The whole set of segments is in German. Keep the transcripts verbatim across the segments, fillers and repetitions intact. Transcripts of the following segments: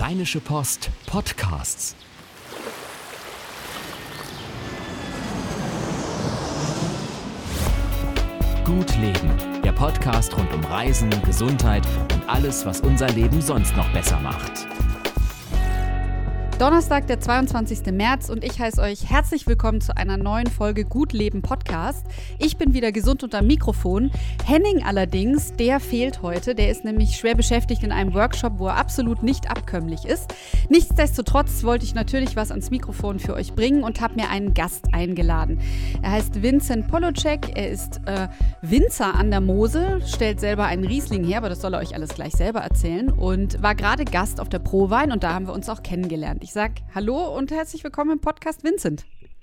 Rheinische Post Podcasts. Gut Leben, der Podcast rund um Reisen, Gesundheit und alles, was unser Leben sonst noch besser macht. Donnerstag, der zweiundzwanzigster März und ich heiße euch herzlich willkommen zu einer neuen Folge Gut Leben Podcast. Ich bin wieder gesund unter Mikrofon. Henning allerdings, der fehlt heute. Der ist nämlich schwer beschäftigt in einem Workshop, wo er absolut nicht abkömmlich ist. Nichtsdestotrotz wollte ich natürlich was ans Mikrofon für euch bringen und habe mir einen Gast eingeladen. Er heißt Vincent Polocek, er ist äh, Winzer an der Mosel, stellt selber einen Riesling her, aber das soll er euch alles gleich selber erzählen und war gerade Gast auf der Prowein und da haben wir uns auch kennengelernt. Ich sage hallo und herzlich willkommen im Podcast, Vincent.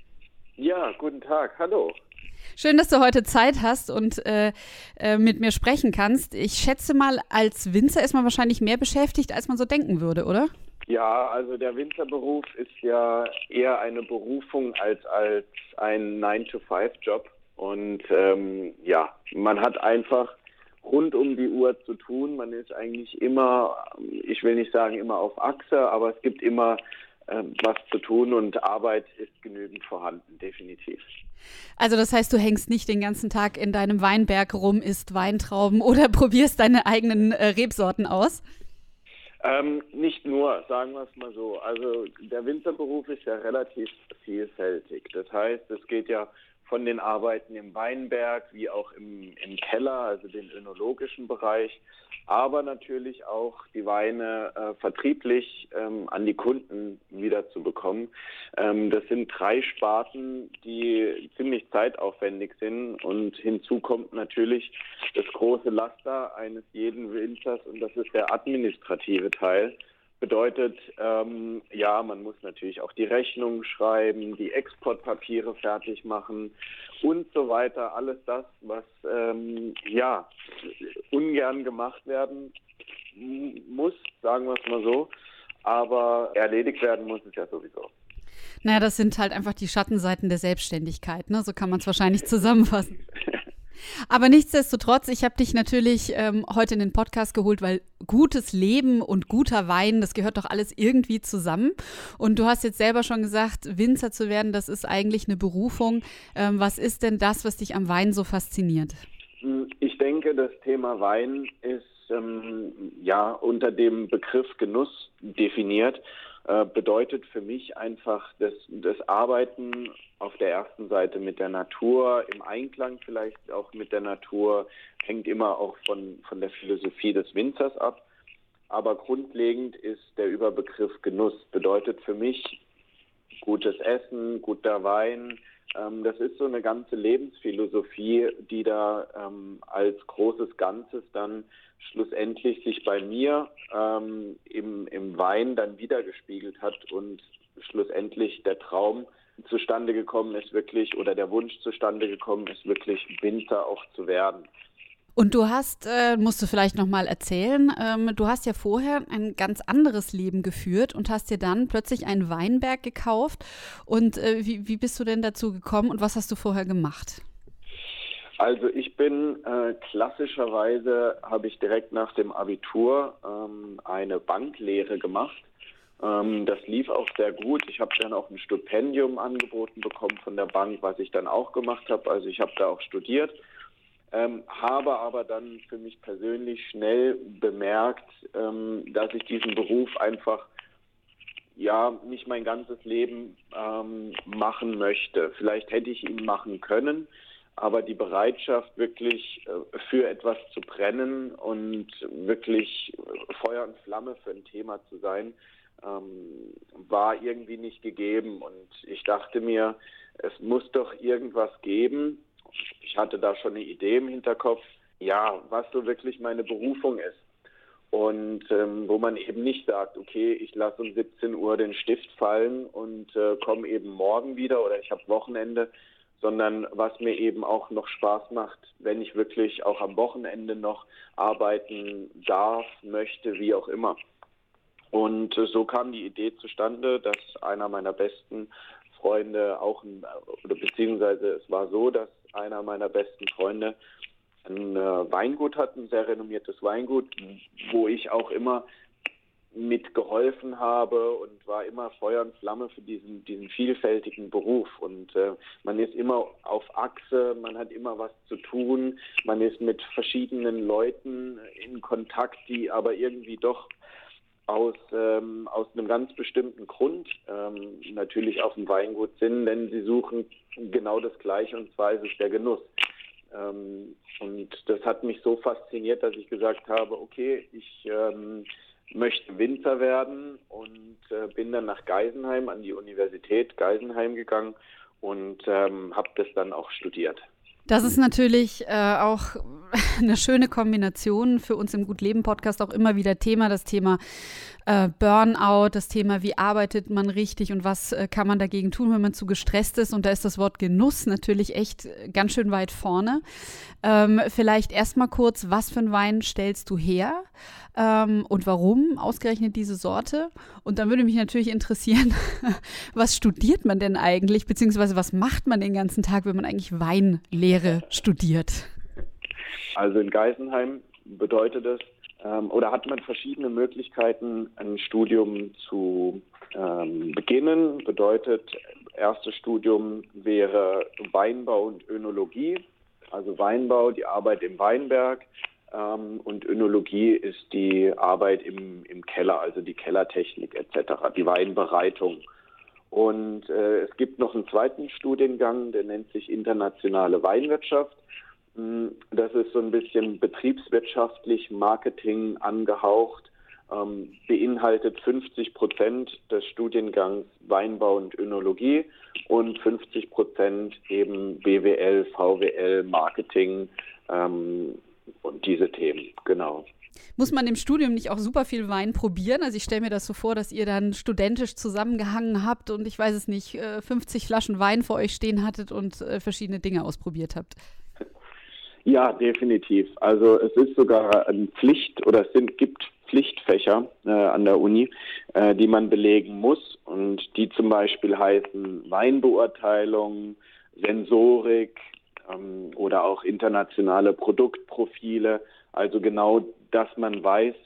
Ja, guten Tag, hallo. Schön, dass du heute Zeit hast und äh, äh, mit mir sprechen kannst. Ich schätze mal, als Winzer ist man wahrscheinlich mehr beschäftigt, als man so denken würde, oder? Ja, also der Winzerberuf ist ja eher eine Berufung als, als ein nine to five Job. Und ähm, ja, man hat einfach rund um die Uhr zu tun. Man ist eigentlich immer, ich will nicht sagen immer auf Achse, aber es gibt immer ähm, was zu tun und Arbeit ist genügend vorhanden, definitiv. Also das heißt, du hängst nicht den ganzen Tag in deinem Weinberg rum, isst Weintrauben oder probierst deine eigenen äh, Rebsorten aus? Ähm, nicht nur, sagen wir es mal so. Also der Winzerberuf ist ja relativ vielfältig. Das heißt, es geht ja von den Arbeiten im Weinberg wie auch im, im Keller, also den önologischen Bereich, aber natürlich auch die Weine äh, vertrieblich ähm, an die Kunden wieder zu bekommen. Ähm, das sind drei Sparten, die ziemlich zeitaufwendig sind und hinzu kommt natürlich das große Laster eines jeden Winzers und das ist der administrative Teil. Bedeutet, ähm, ja, man muss natürlich auch die Rechnungen schreiben, die Exportpapiere fertig machen und so weiter. Alles das, was ähm, ja ungern gemacht werden muss, sagen wir es mal so. Aber erledigt werden muss es ja sowieso. Naja, das sind halt einfach die Schattenseiten der Selbstständigkeit, ne? So kann man es wahrscheinlich zusammenfassen. Aber nichtsdestotrotz, ich habe dich natürlich ähm, heute in den Podcast geholt, weil gutes Leben und guter Wein, das gehört doch alles irgendwie zusammen. Und du hast jetzt selber schon gesagt, Winzer zu werden, das ist eigentlich eine Berufung. Ähm, was ist denn das, was dich am Wein so fasziniert? Ich denke, das Thema Wein ist ähm, ja unter dem Begriff Genuss definiert. Äh, bedeutet für mich einfach das, das Arbeiten auf der ersten Seite mit der Natur, im Einklang vielleicht auch mit der Natur, hängt immer auch von, von der Philosophie des Winzers ab. Aber grundlegend ist der Überbegriff Genuss. Bedeutet für mich gutes Essen, guter Wein. Ähm, das ist so eine ganze Lebensphilosophie, die da ähm, als großes Ganzes dann schlussendlich sich bei mir ähm, im, im Wein dann wiedergespiegelt hat und schlussendlich der Traum zustande gekommen ist, wirklich, oder der Wunsch zustande gekommen ist, wirklich Winzer auch zu werden. Und du hast, äh, musst du vielleicht nochmal erzählen, ähm, du hast ja vorher ein ganz anderes Leben geführt und hast dir dann plötzlich einen Weinberg gekauft. Und äh, wie, wie bist du denn dazu gekommen und was hast du vorher gemacht? Also ich bin äh, klassischerweise, habe ich direkt nach dem Abitur ähm, eine Banklehre gemacht. Ähm, das lief auch sehr gut. Ich habe dann auch ein Stipendium angeboten bekommen von der Bank, was ich dann auch gemacht habe. Also ich habe da auch studiert, ähm, habe aber dann für mich persönlich schnell bemerkt, ähm, dass ich diesen Beruf einfach ja nicht mein ganzes Leben ähm, machen möchte. Vielleicht hätte ich ihn machen können, aber die Bereitschaft, wirklich äh, für etwas zu brennen und wirklich Feuer und Flamme für ein Thema zu sein, ähm, war irgendwie nicht gegeben. Und ich dachte mir, es muss doch irgendwas geben. Ich hatte da schon eine Idee im Hinterkopf, ja, was so wirklich meine Berufung ist. Und ähm, wo man eben nicht sagt, okay, ich lasse um siebzehn Uhr den Stift fallen und äh, komme eben morgen wieder oder ich habe Wochenende, sondern was mir eben auch noch Spaß macht, wenn ich wirklich auch am Wochenende noch arbeiten darf, möchte, wie auch immer. Und äh, so kam die Idee zustande, dass einer meiner besten Freunde auch, ein, oder beziehungsweise es war so, dass einer meiner besten Freunde ein äh, Weingut hat, ein sehr renommiertes Weingut, wo ich auch immer mitgeholfen habe und war immer Feuer und Flamme für diesen, diesen vielfältigen Beruf. Und äh, man ist immer auf Achse, man hat immer was zu tun, man ist mit verschiedenen Leuten in Kontakt, die aber irgendwie doch aus, ähm, aus einem ganz bestimmten Grund ähm, natürlich auf dem Weingut sind, denn sie suchen genau das Gleiche, und zwar ist es der Genuss. Ähm, und das hat mich so fasziniert, dass ich gesagt habe, okay, ich ähm, möchte Winzer werden und äh, bin dann nach Geisenheim an die Universität Geisenheim gegangen und ähm, habe das dann auch studiert. Das ist natürlich äh, auch eine schöne Kombination für uns im Gut-Leben-Podcast, auch immer wieder Thema, das Thema äh, Burnout, das Thema, wie arbeitet man richtig und was äh, kann man dagegen tun, wenn man zu gestresst ist. Und da ist das Wort Genuss natürlich echt ganz schön weit vorne. Ähm, vielleicht erstmal kurz, was für einen Wein stellst du her ähm, und warum ausgerechnet diese Sorte? Und dann würde mich natürlich interessieren, was studiert man denn eigentlich, beziehungsweise was macht man den ganzen Tag, wenn man eigentlich Weinlehre studiert? Also in Geisenheim bedeutet es, ähm, oder hat man verschiedene Möglichkeiten, ein Studium zu ähm, beginnen. Bedeutet, erstes Studium wäre Weinbau und Önologie. Also Weinbau, die Arbeit im Weinberg, ähm, und Önologie ist die Arbeit im, im Keller, also die Kellertechnik et cetera, die Weinbereitung. Und äh, es gibt noch einen zweiten Studiengang, der nennt sich internationale Weinwirtschaft. Das ist so ein bisschen betriebswirtschaftlich, Marketing angehaucht, ähm, beinhaltet fünfzig Prozent des Studiengangs Weinbau und Önologie und fünfzig Prozent eben B W L, V W L, Marketing ähm, und diese Themen, genau. Muss man im Studium nicht auch super viel Wein probieren? Also ich stelle mir das so vor, dass ihr dann studentisch zusammengehangen habt und ich weiß es nicht, fünfzig Flaschen Wein vor euch stehen hattet und verschiedene Dinge ausprobiert habt. Ja, definitiv. Also es ist sogar eine Pflicht oder es sind, gibt Pflichtfächer äh, an der Uni, äh, die man belegen muss und die zum Beispiel heißen Weinbeurteilung, Sensorik ähm, oder auch internationale Produktprofile. Also genau, dass man weiß,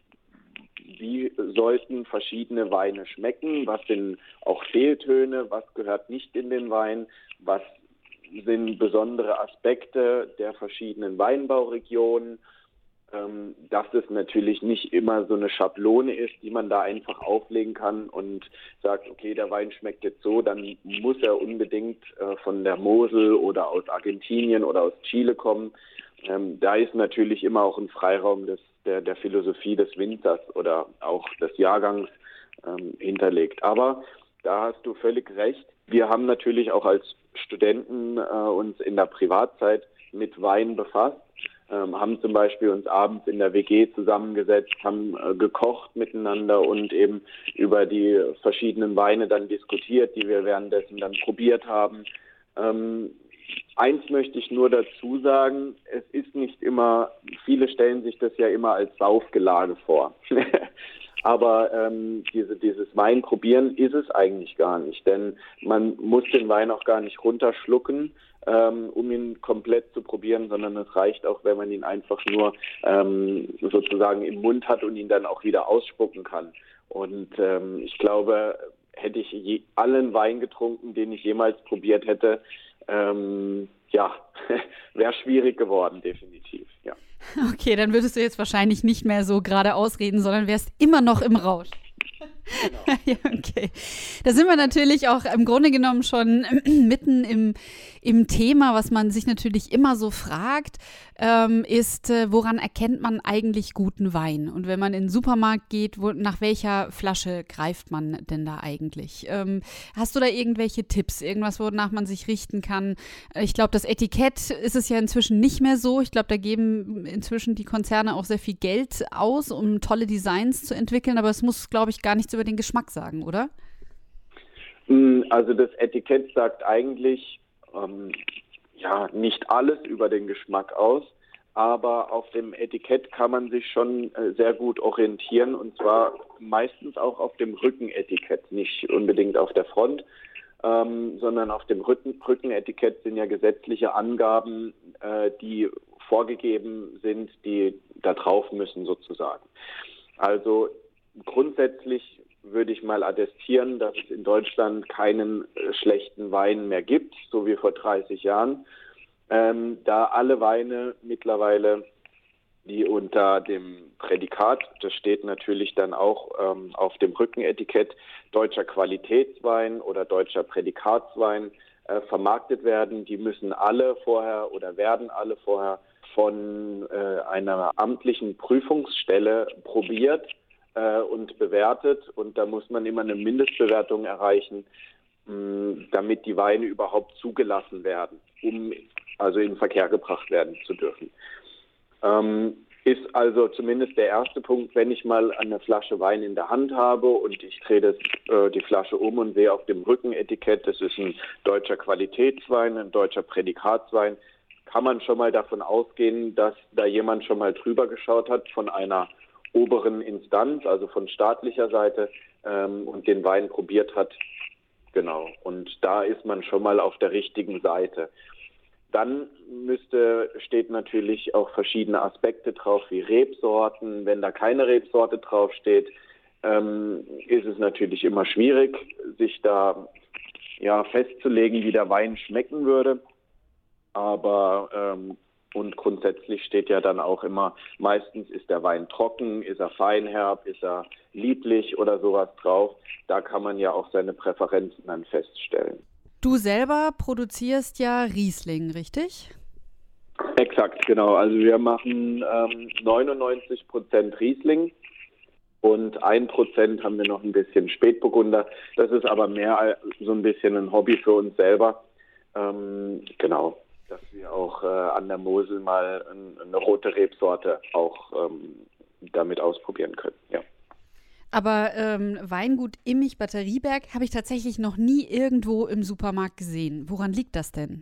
wie sollten verschiedene Weine schmecken, was sind auch Fehltöne, was gehört nicht in den Wein, was sind besondere Aspekte der verschiedenen Weinbauregionen, ähm, dass es natürlich nicht immer so eine Schablone ist, die man da einfach auflegen kann und sagt, okay, der Wein schmeckt jetzt so, dann muss er unbedingt äh, von der Mosel oder aus Argentinien oder aus Chile kommen. Ähm, da ist natürlich immer auch ein Freiraum des, der, der Philosophie des Winzers oder auch des Jahrgangs ähm, hinterlegt. Aber da hast du völlig recht. Wir haben natürlich auch als Studenten äh, uns in der Privatzeit mit Wein befasst, ähm, haben zum Beispiel uns abends in der W G zusammengesetzt, haben äh, gekocht miteinander und eben über die verschiedenen Weine dann diskutiert, die wir währenddessen dann probiert haben. Ähm, eins möchte ich nur dazu sagen, es ist nicht immer, viele stellen sich das ja immer als Saufgelage vor. Aber ähm, diese, dieses Wein probieren ist es eigentlich gar nicht, denn man muss den Wein auch gar nicht runterschlucken, ähm, um ihn komplett zu probieren, sondern es reicht auch, wenn man ihn einfach nur ähm, sozusagen im Mund hat und ihn dann auch wieder ausspucken kann. Und ähm, ich glaube, hätte ich je, allen Wein getrunken, den ich jemals probiert hätte, ähm, ja, wäre schwierig geworden, definitiv, ja. Okay, dann würdest du jetzt wahrscheinlich nicht mehr so gerade ausreden, sondern wärst immer noch im Rausch. Genau. Ja, okay. Da sind wir natürlich auch im Grunde genommen schon mitten im, im Thema, was man sich natürlich immer so fragt, ähm, ist, äh, woran erkennt man eigentlich guten Wein? Und wenn man in den Supermarkt geht, wo, nach welcher Flasche greift man denn da eigentlich? Ähm, hast du da irgendwelche Tipps, irgendwas, wonach man sich richten kann? Ich glaube, das Etikett ist es ja inzwischen nicht mehr so. Ich glaube, da geben inzwischen die Konzerne auch sehr viel Geld aus, um tolle Designs zu entwickeln, aber es muss, glaube ich, gar nichts über den Geschmack sagen, oder? Also das Etikett sagt eigentlich ähm, ja nicht alles über den Geschmack aus, aber auf dem Etikett kann man sich schon äh, sehr gut orientieren und zwar meistens auch auf dem Rückenetikett, nicht unbedingt auf der Front, ähm, sondern auf dem Rücken, Rückenetikett sind ja gesetzliche Angaben, äh, die vorgegeben sind, die da drauf müssen sozusagen. Also grundsätzlich würde ich mal attestieren, dass es in Deutschland keinen äh, schlechten Wein mehr gibt, so wie vor dreißig Jahren, ähm, da alle Weine mittlerweile, die unter dem Prädikat, das steht natürlich dann auch ähm, auf dem Rückenetikett, deutscher Qualitätswein oder deutscher Prädikatswein äh, vermarktet werden. Die müssen alle vorher oder werden alle vorher von äh, einer amtlichen Prüfungsstelle probiert äh, und bewertet. Und da muss man immer eine Mindestbewertung erreichen, mh, damit die Weine überhaupt zugelassen werden, um also in den Verkehr gebracht werden zu dürfen. Ähm, ist also zumindest der erste Punkt, wenn ich mal eine Flasche Wein in der Hand habe und ich drehe das, äh, die Flasche um und sehe auf dem Rückenetikett, das ist ein deutscher Qualitätswein, ein deutscher Prädikatswein, kann man schon mal davon ausgehen, dass da jemand schon mal drüber geschaut hat von einer oberen Instanz, also von staatlicher Seite, ähm, und den Wein probiert hat. Genau, und da ist man schon mal auf der richtigen Seite. Dann müsste, steht natürlich auch verschiedene Aspekte drauf, wie Rebsorten. Wenn da keine Rebsorte draufsteht, ähm, ist es natürlich immer schwierig, sich da ja, festzulegen, wie der Wein schmecken würde. Aber ähm, und grundsätzlich steht ja dann auch immer, meistens ist der Wein trocken, ist er feinherb, ist er lieblich oder sowas drauf. Da kann man ja auch seine Präferenzen dann feststellen. Du selber produzierst ja Riesling, richtig? Exakt, genau. Also wir machen ähm, neunundneunzig Prozent Riesling und ein Prozent haben wir noch ein bisschen Spätburgunder. Das ist aber mehr so ein bisschen ein Hobby für uns selber. Ähm, genau, dass wir auch äh, an der Mosel mal ein, eine rote Rebsorte auch ähm, damit ausprobieren können, ja. Aber ähm, Weingut Immich-Batterieberg habe ich tatsächlich noch nie irgendwo im Supermarkt gesehen. Woran liegt das denn?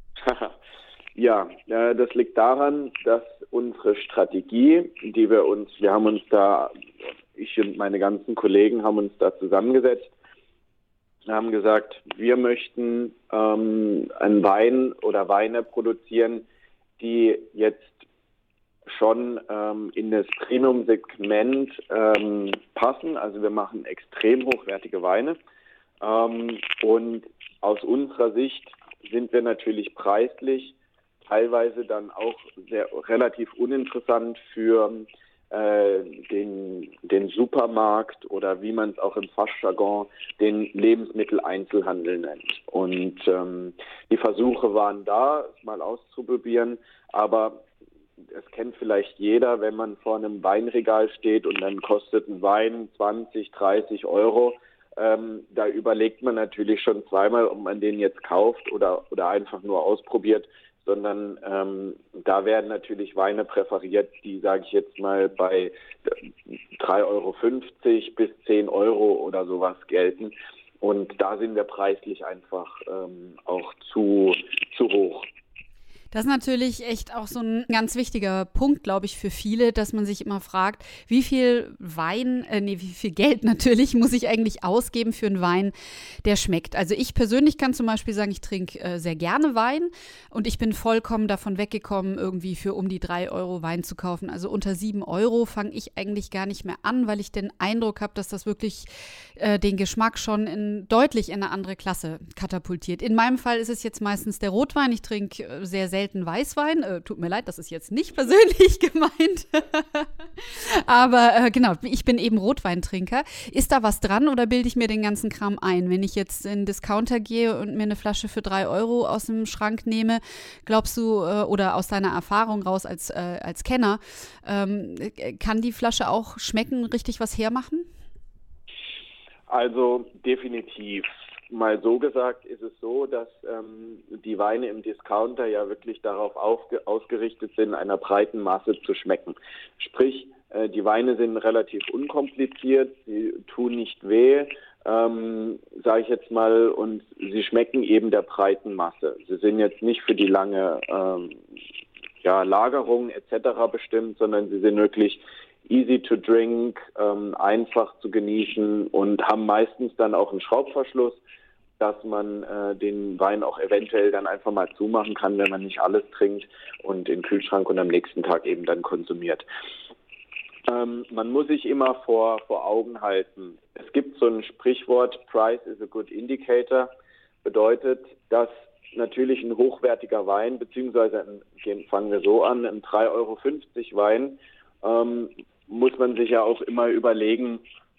Ja, äh, das liegt daran, dass unsere Strategie, die wir uns, wir haben uns da, ich und meine ganzen Kollegen haben uns da zusammengesetzt, haben gesagt, wir möchten ähm, einen Wein oder Weine produzieren, die jetzt schon ähm, in das Premium-Segment ähm, passen. Also wir machen extrem hochwertige Weine. Ähm, und aus unserer Sicht sind wir natürlich preislich teilweise dann auch sehr relativ uninteressant für äh, den, den Supermarkt oder wie man es auch im Fachjargon den Lebensmitteleinzelhandel nennt. Und ähm, die Versuche waren da, es mal auszuprobieren, aber es kennt vielleicht jeder, wenn man vor einem Weinregal steht und dann kostet ein Wein zwanzig, dreißig Euro. Ähm, da überlegt man natürlich schon zweimal, ob man den jetzt kauft oder, oder einfach nur ausprobiert, sondern ähm, da werden natürlich Weine präferiert, die, sage ich jetzt mal, bei drei Euro fünfzig bis zehn Euro oder sowas gelten. Und da sind wir preislich einfach ähm, auch zu, zu hoch. Das ist natürlich echt auch so ein ganz wichtiger Punkt, glaube ich, für viele, dass man sich immer fragt, wie viel Wein, äh, nee, wie viel Geld natürlich muss ich eigentlich ausgeben für einen Wein, der schmeckt. Also ich persönlich kann zum Beispiel sagen, ich trinke äh, sehr gerne Wein und ich bin vollkommen davon weggekommen, irgendwie für um die drei Euro Wein zu kaufen. Also unter sieben Euro fange ich eigentlich gar nicht mehr an, weil ich den Eindruck habe, dass das wirklich äh, den Geschmack schon in, deutlich in eine andere Klasse katapultiert. In meinem Fall ist es jetzt meistens der Rotwein. Ich trinke äh, sehr selten Weißwein. Äh, tut mir leid, das ist jetzt nicht persönlich gemeint. Aber äh, genau, ich bin eben Rotweintrinker. Ist da was dran oder bilde ich mir den ganzen Kram ein? Wenn ich jetzt in den Discounter gehe und mir eine Flasche für drei Euro aus dem Schrank nehme, glaubst du, äh, oder aus deiner Erfahrung raus als, äh, als Kenner, ähm, kann die Flasche auch schmecken, richtig was hermachen? Also definitiv. Mal so gesagt ist es so, dass ähm, die Weine im Discounter ja wirklich darauf aufge- ausgerichtet sind, einer breiten Masse zu schmecken. Sprich, äh, die Weine sind relativ unkompliziert, sie tun nicht weh, ähm, sage ich jetzt mal, und sie schmecken eben der breiten Masse. Sie sind jetzt nicht für die lange ähm, ja, Lagerung et cetera bestimmt, sondern sie sind wirklich easy to drink, ähm, einfach zu genießen und haben meistens dann auch einen Schraubverschluss, dass man äh, den Wein auch eventuell dann einfach mal zumachen kann, wenn man nicht alles trinkt und in den Kühlschrank und am nächsten Tag eben dann konsumiert. Ähm, man muss sich immer vor, vor Augen halten. Es gibt so ein Sprichwort, Price is a good indicator, bedeutet, dass natürlich ein hochwertiger Wein, beziehungsweise ein, fangen wir so an, ein drei Euro fünfzig Wein, ähm, muss man sich ja auch immer überlegen,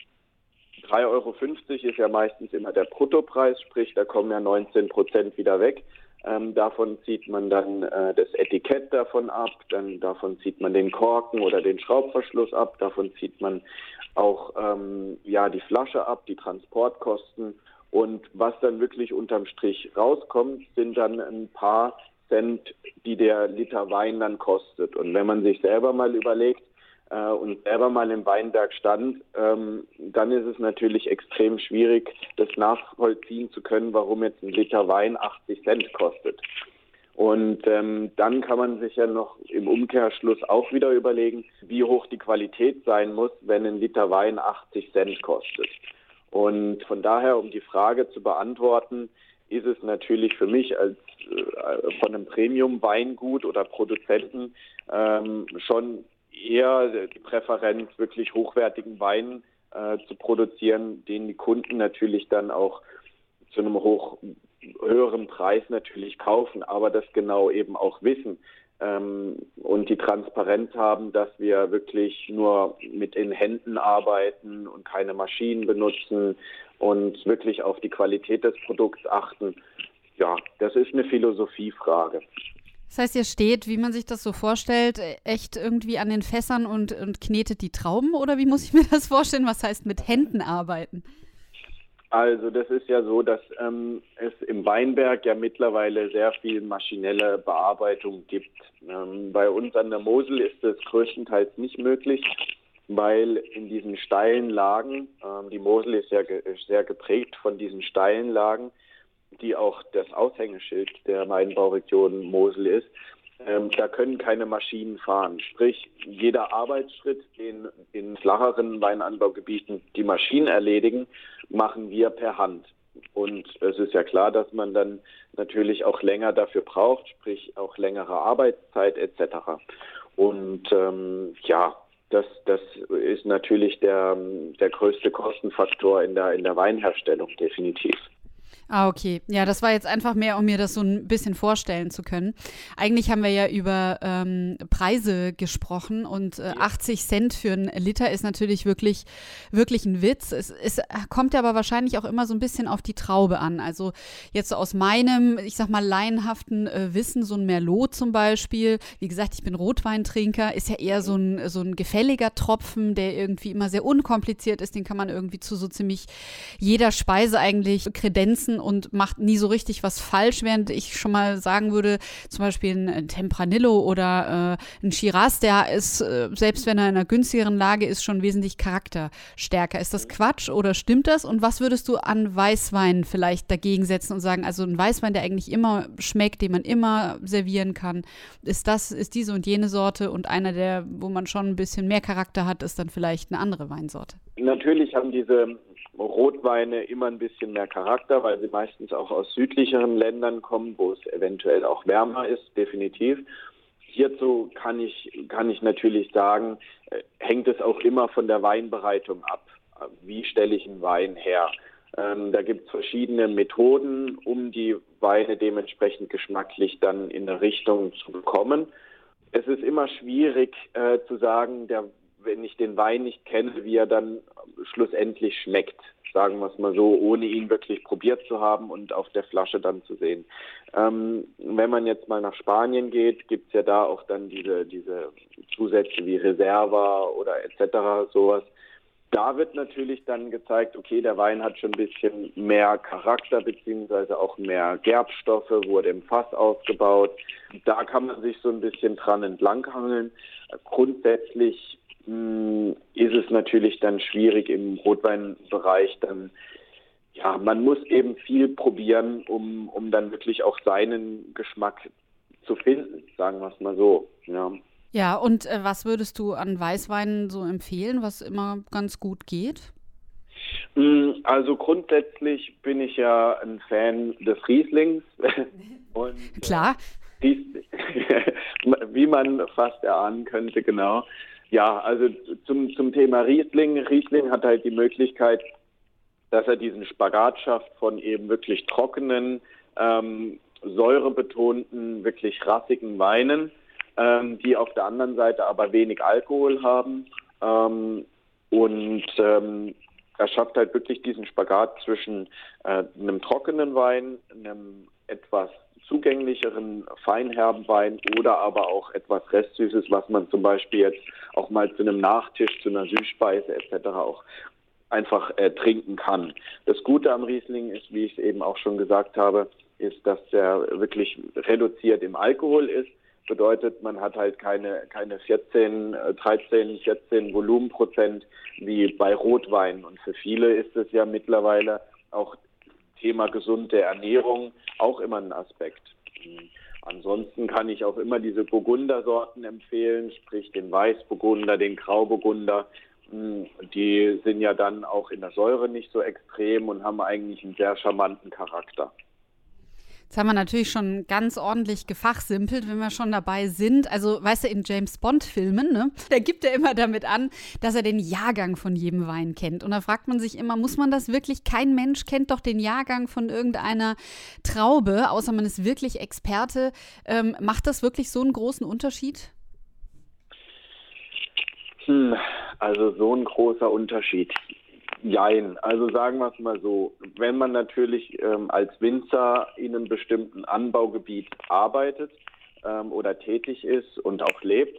drei Euro fünfzig ist ja meistens immer der Bruttopreis, sprich, da kommen ja neunzehn Prozent wieder weg. Ähm, davon zieht man dann äh, das Etikett davon ab, dann davon zieht man den Korken oder den Schraubverschluss ab, davon zieht man auch ähm, ja die Flasche ab, die Transportkosten, und was dann wirklich unterm Strich rauskommt, sind dann ein paar Cent, die der Liter Wein dann kostet. Und wenn man sich selber mal überlegt äh, und selber mal im Weinberg stand, ähm, dann ist es natürlich extrem schwierig, das nachvollziehen zu können, warum jetzt ein Liter Wein achtzig Cent kostet. Und ähm, dann kann man sich ja noch im Umkehrschluss auch wieder überlegen, wie hoch die Qualität sein muss, wenn ein Liter Wein achtzig Cent kostet. Und von daher, um die Frage zu beantworten, ist es natürlich für mich als äh, von einem Premium-Weingut oder Produzenten ähm, schon eher die Präferenz, wirklich hochwertigen Wein äh, zu produzieren, den die Kunden natürlich dann auch zu einem hoch höheren Preis natürlich kaufen, aber das genau eben auch wissen ähm, und die Transparenz haben, dass wir wirklich nur mit den Händen arbeiten und keine Maschinen benutzen und wirklich auf die Qualität des Produkts achten. Ja, das ist eine Philosophiefrage. Das heißt, ihr steht, wie man sich das so vorstellt, echt irgendwie an den Fässern und, und knetet die Trauben, oder wie muss ich mir das vorstellen? Was heißt mit Händen arbeiten? Also das ist ja so, dass ähm, es im Weinberg ja mittlerweile sehr viel maschinelle Bearbeitung gibt. Ähm, bei uns an der Mosel ist das größtenteils nicht möglich, weil in diesen steilen Lagen, ähm, die Mosel ist ja ge- sehr geprägt von diesen steilen Lagen, die auch das Aushängeschild der Weinbauregion Mosel ist, ähm, da können keine Maschinen fahren. Sprich, jeder Arbeitsschritt, den in flacheren Weinanbaugebieten die Maschinen erledigen, machen wir per Hand. Und es ist ja klar, dass man dann natürlich auch länger dafür braucht, sprich auch längere Arbeitszeit et cetera. Und ähm, ja, das, das ist natürlich der, der größte Kostenfaktor in der, in der Weinherstellung, definitiv. Ah, okay. Ja, das war jetzt einfach mehr, um mir das so ein bisschen vorstellen zu können. Eigentlich haben wir ja über ähm, Preise gesprochen und äh, achtzig Cent für einen Liter ist natürlich wirklich, wirklich ein Witz. Es, es kommt ja aber wahrscheinlich auch immer so ein bisschen auf die Traube an. Also jetzt so aus meinem, ich sag mal, laienhaften äh, Wissen, so ein Merlot zum Beispiel, wie gesagt, ich bin Rotweintrinker, ist ja eher so ein, so ein gefälliger Tropfen, der irgendwie immer sehr unkompliziert ist. Den kann man irgendwie zu so ziemlich jeder Speise eigentlich kredenzen und macht nie so richtig was falsch, während ich schon mal sagen würde, zum Beispiel ein Tempranillo oder äh, ein Shiraz, der ist, äh, selbst wenn er in einer günstigeren Lage ist, schon wesentlich charakterstärker. Ist das Quatsch oder stimmt das? Und was würdest du an Weißwein vielleicht dagegen setzen und sagen, also ein Weißwein, der eigentlich immer schmeckt, den man immer servieren kann, ist das, ist diese und jene Sorte, und einer, der, wo man schon ein bisschen mehr Charakter hat, ist dann vielleicht eine andere Weinsorte? Natürlich haben diese Rotweine immer ein bisschen mehr Charakter, weil sie meistens auch aus südlicheren Ländern kommen, wo es eventuell auch wärmer ist, definitiv. Hierzu kann ich, kann ich natürlich sagen, äh, hängt es auch immer von der Weinbereitung ab. Wie stelle ich einen Wein her? Ähm, da gibt es verschiedene Methoden, um die Weine dementsprechend geschmacklich dann in eine Richtung zu bekommen. Es ist immer schwierig äh, zu sagen, der wenn ich den Wein nicht kenne, wie er dann schlussendlich schmeckt, sagen wir es mal so, ohne ihn wirklich probiert zu haben und auf der Flasche dann zu sehen. Ähm, wenn man jetzt mal nach Spanien geht, gibt es ja da auch dann diese, diese Zusätze wie Reserva oder et cetera, sowas. Da wird natürlich dann gezeigt, okay, der Wein hat schon ein bisschen mehr Charakter beziehungsweise auch mehr Gerbstoffe, wurde im Fass ausgebaut. Da kann man sich so ein bisschen dran entlanghangeln. Grundsätzlich ist es natürlich dann schwierig im Rotweinbereich. Dann, ja, man muss eben viel probieren, um, um dann wirklich auch seinen Geschmack zu finden, sagen wir es mal so. Ja, ja und äh, was würdest du an Weißweinen so empfehlen, was immer ganz gut geht? Also grundsätzlich bin ich ja ein Fan des Rieslings. Und, Klar. Äh, wie man fast erahnen könnte, genau. Ja, also zum, zum Thema Riesling. Riesling hat halt die Möglichkeit, dass er diesen Spagat schafft von eben wirklich trockenen, ähm, säurebetonten, wirklich rassigen Weinen, ähm, die auf der anderen Seite aber wenig Alkohol haben. Ähm, und ähm, er schafft halt wirklich diesen Spagat zwischen äh, einem trockenen Wein, einem etwas zugänglicheren, feinherben Wein oder aber auch etwas Restsüßes, was man zum Beispiel jetzt auch mal zu einem Nachtisch, zu einer Süßspeise et cetera auch einfach äh, trinken kann. Das Gute am Riesling ist, wie ich es eben auch schon gesagt habe, ist, dass er wirklich reduziert im Alkohol ist. Bedeutet, man hat halt keine, keine vierzehn, dreizehn, vierzehn Volumenprozent wie bei Rotwein. Und für viele ist es ja mittlerweile auch Thema gesunde Ernährung auch immer ein Aspekt. Ansonsten kann ich auch immer diese Burgundersorten empfehlen, sprich den Weißburgunder, den Grauburgunder. Die sind ja dann auch in der Säure nicht so extrem und haben eigentlich einen sehr charmanten Charakter. Jetzt haben wir natürlich schon ganz ordentlich gefachsimpelt, wenn wir schon dabei sind. Also, weißt du, in James-Bond-Filmen, ne, da gibt er immer damit an, dass er den Jahrgang von jedem Wein kennt. Und da fragt man sich immer, muss man das wirklich? Kein Mensch kennt doch den Jahrgang von irgendeiner Traube, außer man ist wirklich Experte. Ähm, macht das wirklich so einen großen Unterschied? Hm, also so ein großer Unterschied. Jein, also sagen wir es mal so, wenn man natürlich ähm, als Winzer in einem bestimmten Anbaugebiet arbeitet ähm, oder tätig ist und auch lebt,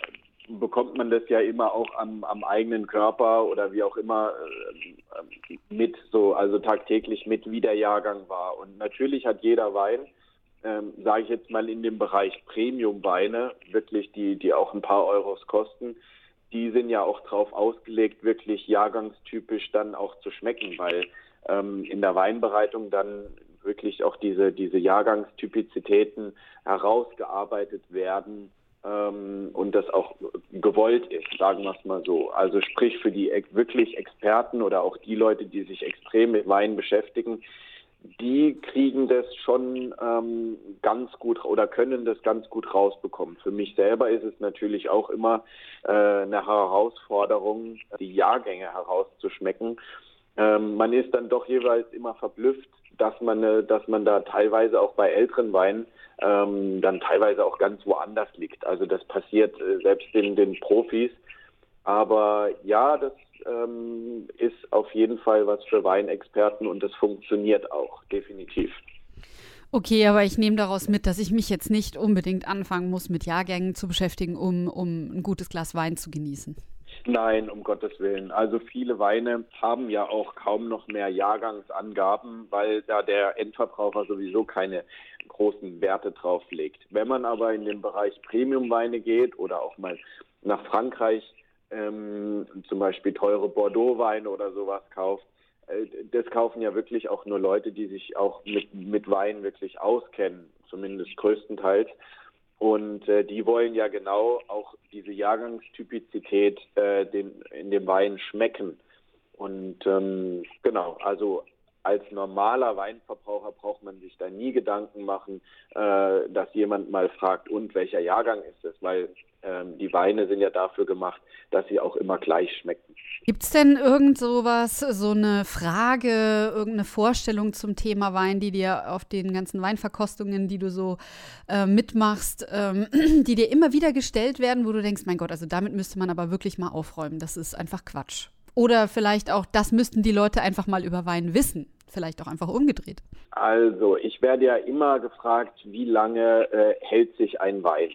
bekommt man das ja immer auch am, am eigenen Körper oder wie auch immer äh, mit, so also tagtäglich mit, wie der Jahrgang war. Und natürlich hat jeder Wein, ähm, sage ich jetzt mal in dem Bereich Premium-Weine, wirklich die, die auch ein paar Euros kosten, die sind ja auch drauf ausgelegt, wirklich jahrgangstypisch dann auch zu schmecken, weil ähm, in der Weinbereitung dann wirklich auch diese, diese Jahrgangstypizitäten herausgearbeitet werden ähm, und das auch gewollt ist, sagen wir es mal so. Also sprich für die wirklich Experten oder auch die Leute, die sich extrem mit Wein beschäftigen, die kriegen das schon ähm, ganz gut oder können das ganz gut rausbekommen. Für mich selber ist es natürlich auch immer äh, eine Herausforderung, die Jahrgänge herauszuschmecken. Ähm, man ist dann doch jeweils immer verblüfft, dass man, äh, dass man da teilweise auch bei älteren Weinen ähm, dann teilweise auch ganz woanders liegt. Also das passiert äh, selbst den, den Profis. Aber ja, das ähm, ist auf jeden Fall was für Weinexperten und das funktioniert auch, definitiv. Okay, aber ich nehme daraus mit, dass ich mich jetzt nicht unbedingt anfangen muss, mit Jahrgängen zu beschäftigen, um, um ein gutes Glas Wein zu genießen. Nein, um Gottes Willen. Also viele Weine haben ja auch kaum noch mehr Jahrgangsangaben, weil da der Endverbraucher sowieso keine großen Werte drauf legt. Wenn man aber in den Bereich Premiumweine geht oder auch mal nach Frankreich ähm, zum Beispiel teure Bordeaux-Weine oder sowas kauft, äh, das kaufen ja wirklich auch nur Leute, die sich auch mit, mit Wein wirklich auskennen, zumindest größtenteils. Und äh, die wollen ja genau auch diese Jahrgangstypizität äh, den, in dem Wein schmecken. Und ähm, genau, also als normaler Weinverbraucher braucht man sich da nie Gedanken machen, äh, dass jemand mal fragt, und welcher Jahrgang ist es? Weil ähm, die Weine sind ja dafür gemacht, dass sie auch immer gleich schmecken. Gibt es denn irgend sowas, so eine Frage, irgendeine Vorstellung zum Thema Wein, die dir auf den ganzen Weinverkostungen, die du so äh, mitmachst, ähm, die dir immer wieder gestellt werden, wo du denkst, mein Gott, also damit müsste man aber wirklich mal aufräumen, das ist einfach Quatsch. Oder vielleicht auch, das müssten die Leute einfach mal über Wein wissen, vielleicht auch einfach umgedreht. Also, ich werde ja immer gefragt, wie lange äh, hält sich ein Wein?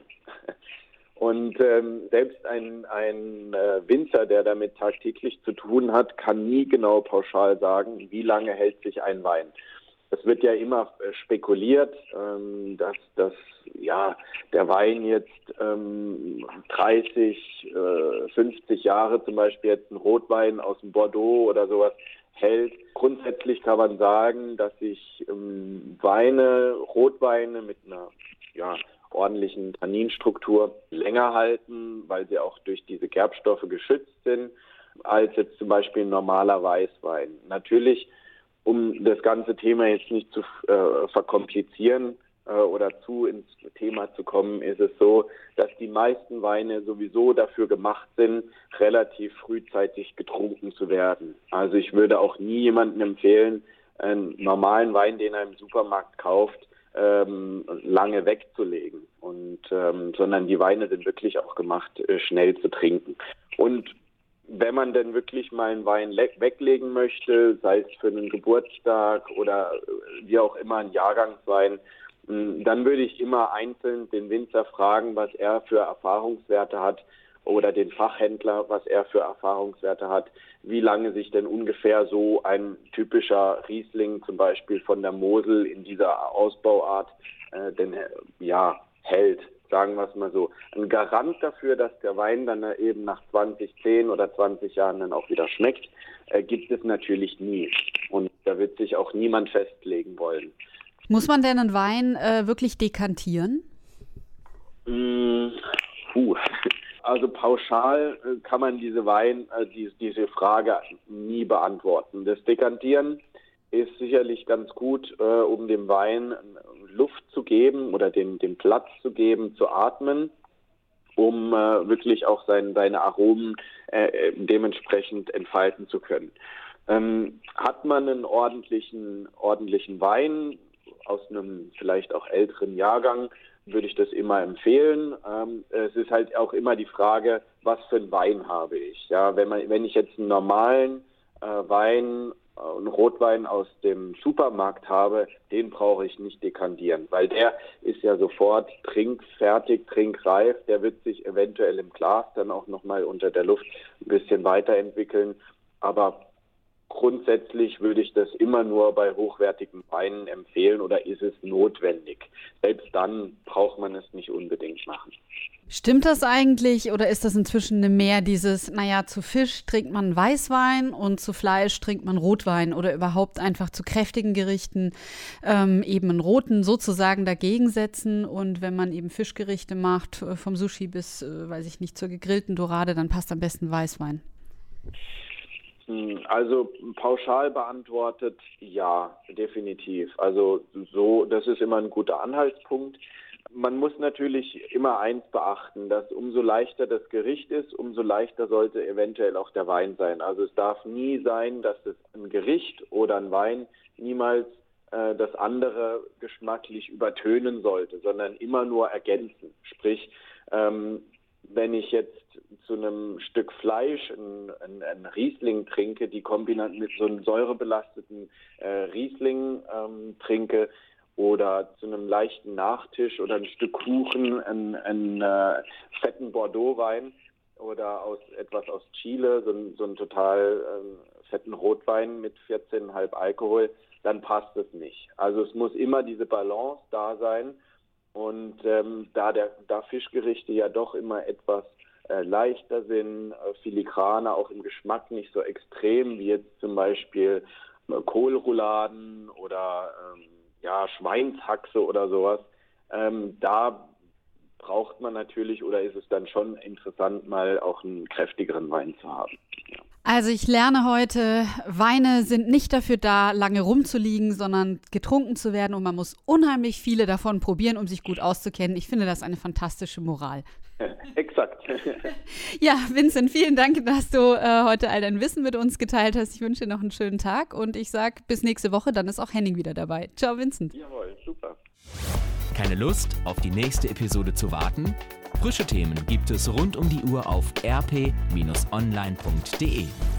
Und ähm, selbst ein, ein äh, Winzer, der damit tagtäglich zu tun hat, kann nie genau pauschal sagen, wie lange hält sich ein Wein. Es wird ja immer äh, spekuliert, ähm, dass, dass ja, der Wein jetzt ähm, dreißig, äh, fünfzig Jahre zum Beispiel jetzt ein Rotwein aus dem Bordeaux oder sowas hält. Grundsätzlich kann man sagen, dass sich ähm, Weine, Rotweine mit einer ja, ordentlichen Tanninstruktur länger halten, weil sie auch durch diese Gerbstoffe geschützt sind, als jetzt zum Beispiel ein normaler Weißwein. Natürlich, um das ganze Thema jetzt nicht zu äh, verkomplizieren, äh, oder zu ins Thema zu kommen, ist es so, dass die meisten Weine sowieso dafür gemacht sind, relativ frühzeitig getrunken zu werden. Also ich würde auch nie jemandem empfehlen, einen normalen Wein, den er im Supermarkt kauft, ähm, lange wegzulegen. Und, ähm, sondern die Weine sind wirklich auch gemacht, äh, schnell zu trinken. Und wenn man denn wirklich mal einen Wein le- weglegen möchte, sei es für einen Geburtstag oder wie auch immer ein Jahrgangswein, mh, dann würde ich immer einzeln den Winzer fragen, was er für Erfahrungswerte hat, oder den Fachhändler, was er für Erfahrungswerte hat, wie lange sich denn ungefähr so ein typischer Riesling zum Beispiel von der Mosel in dieser Ausbauart äh, denn ja hält, sagen wir es mal so. Ein Garant dafür, dass der Wein dann eben nach zwanzig zehn oder zwanzig Jahren dann auch wieder schmeckt, äh, gibt es natürlich nie. Und da wird sich auch niemand festlegen wollen. Muss man denn einen Wein äh, wirklich dekantieren? Mmh, puh. Also pauschal äh, kann man diese Wein, äh, die, diese Frage nie beantworten. Das Dekantieren ist sicherlich ganz gut, äh, um dem Wein Luft zu geben oder den, den Platz zu geben, zu atmen, um äh, wirklich auch sein, seine Aromen äh, dementsprechend entfalten zu können. Ähm, hat man einen ordentlichen, ordentlichen Wein aus einem vielleicht auch älteren Jahrgang, würde ich das immer empfehlen. Ähm, es ist halt auch immer die Frage, was für einen Wein habe ich. Ja, wenn man, wenn ich jetzt einen normalen äh, Wein, äh, einen Rotwein aus dem Supermarkt habe, den brauche ich nicht dekantieren, weil der ist ja sofort trinkfertig, trinkreif. Der wird sich eventuell im Glas dann auch nochmal unter der Luft ein bisschen weiterentwickeln. Aber grundsätzlich würde ich das immer nur bei hochwertigen Weinen empfehlen oder ist es notwendig. Selbst dann braucht man es nicht unbedingt machen. Stimmt das eigentlich oder ist das inzwischen mehr dieses, naja, zu Fisch trinkt man Weißwein und zu Fleisch trinkt man Rotwein oder überhaupt einfach zu kräftigen Gerichten ähm, eben einen roten sozusagen dagegen setzen und wenn man eben Fischgerichte macht, vom Sushi bis, äh, weiß ich nicht, zur gegrillten Dorade, dann passt am besten Weißwein. Also pauschal beantwortet, ja, definitiv. Also so, das ist immer ein guter Anhaltspunkt. Man muss natürlich immer eins beachten, dass umso leichter das Gericht ist, umso leichter sollte eventuell auch der Wein sein. Also es darf nie sein, dass es ein Gericht oder ein Wein niemals äh, das andere geschmacklich übertönen sollte, sondern immer nur ergänzen. Sprich, ähm, wenn ich jetzt zu einem Stück Fleisch ein, ein, ein Riesling trinke, die Kombination mit so einem säurebelasteten äh, Riesling ähm, trinke oder zu einem leichten Nachtisch oder ein Stück Kuchen einen, einen äh, fetten Bordeaux-Wein oder aus etwas aus Chile, so, ein, so einen total äh, fetten Rotwein mit vierzehn Komma fünf Alkohol, dann passt es nicht. Also es muss immer diese Balance da sein. Und ähm, da, der, da Fischgerichte ja doch immer etwas äh, leichter sind, äh, filigraner, auch im Geschmack nicht so extrem, wie jetzt zum Beispiel äh, Kohlrouladen oder ähm, ja, Schweinshaxe oder sowas, ähm, da braucht man natürlich oder ist es dann schon interessant, mal auch einen kräftigeren Wein zu haben. Ja. Also ich lerne heute, Weine sind nicht dafür da, lange rumzuliegen, sondern getrunken zu werden und man muss unheimlich viele davon probieren, um sich gut auszukennen. Ich finde das eine fantastische Moral. Exakt. Ja, Vincent, vielen Dank, dass du äh, heute all dein Wissen mit uns geteilt hast. Ich wünsche dir noch einen schönen Tag und ich sage bis nächste Woche, dann ist auch Henning wieder dabei. Ciao, Vincent. Jawohl, super. Keine Lust, auf die nächste Episode zu warten? Frische Themen gibt es rund um die Uhr auf r p Bindestrich online punkt d e.